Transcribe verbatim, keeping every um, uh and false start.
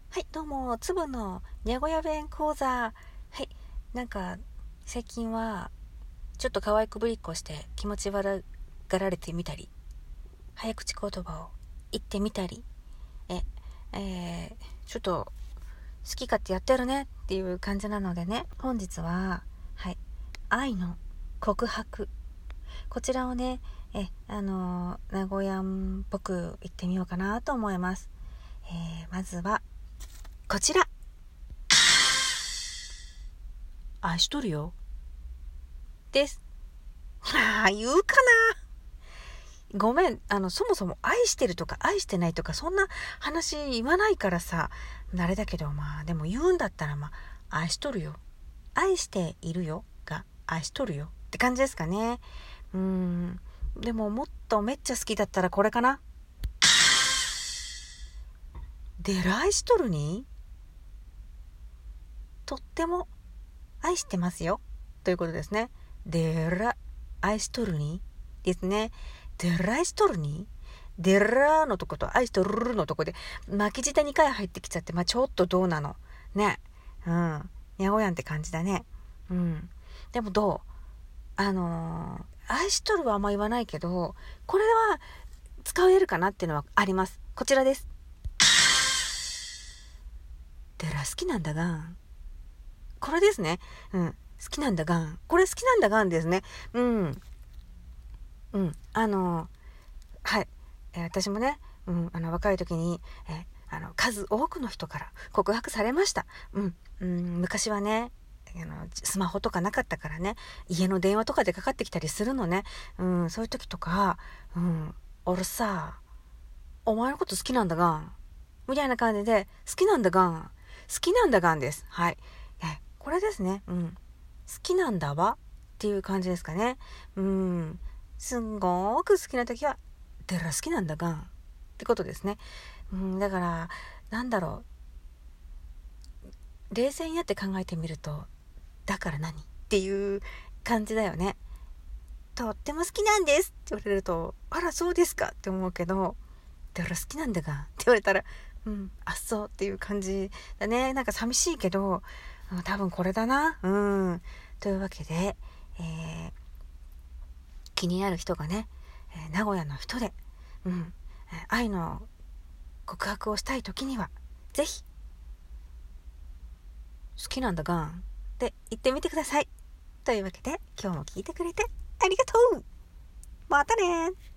はい、どうも、つぶのにゃごや弁講座。はい、なんか、最近は、ちょっと可愛くぶりっこして気持ち悪がられてみたり、早口言葉を言ってみたり、え、えー、ちょっと、好き勝手やってるねっていう感じなのでね、本日は、はい、愛の告白。こちらをね、え、あのー、名古屋っぽく言ってみようかなと思います。えー、まずは、こちら。愛しとるよ。です。ああ、言うかな。ごめん。あの、そもそも愛してるとか愛してないとか、そんな話言わないからさ、あれだけど、まあ、でも言うんだったら、まあ、愛しとるよ。愛しているよが、愛しとるよって感じですかね。うーん。でも、もっとめっちゃ好きだったらこれかな。でらいしとるにとっても愛してますよ。ということですね。でら、愛しとるにですね。でらいしとるにでらのとこと愛しとるのとこで巻き舌にかい入ってきちゃって、まあちょっとどうなのね。うん。にゃごやんって感じだね。うん。でもどうあのー、愛しとるはあんま言わないけど、これは使えるかなっていうのはあります。こちらです。でら好きなんだが、これですね。うん。好きなんだがん。これ好きなんだがんですね。うん。うん。あの、はい。えー、私もね、うん、あの、若い時に、えー、あの、数多くの人から告白されました。うん。うん、昔はね、あの、スマホとかなかったからね、家の電話とかでかかってきたりするのね。うん、そういう時とか、うん、俺さ、お前のこと好きなんだがん。みたいな感じで、好きなんだがん。好きなんだがんです。はい。え、これですね。うん。好きなんだわっていう感じですかね。うん。すんごく好きな時は、てら好きなんだがんってことですね。うん、だから、なんだろう。冷静になって考えてみると、だから何っていう感じだよね。とっても好きなんですって言われると、あらそうですかって思うけど、てら好きなんだがんって言われたら、うん、あっそうっていう感じだね。なんか寂しいけど、うん、多分これだな。うん。というわけで、えー、気になる人がね、えー、名古屋の人で、うん、愛の告白をしたい時には、ぜひ、好きなんだがんって言ってみてください。というわけで、今日も聞いてくれてありがとう。またね。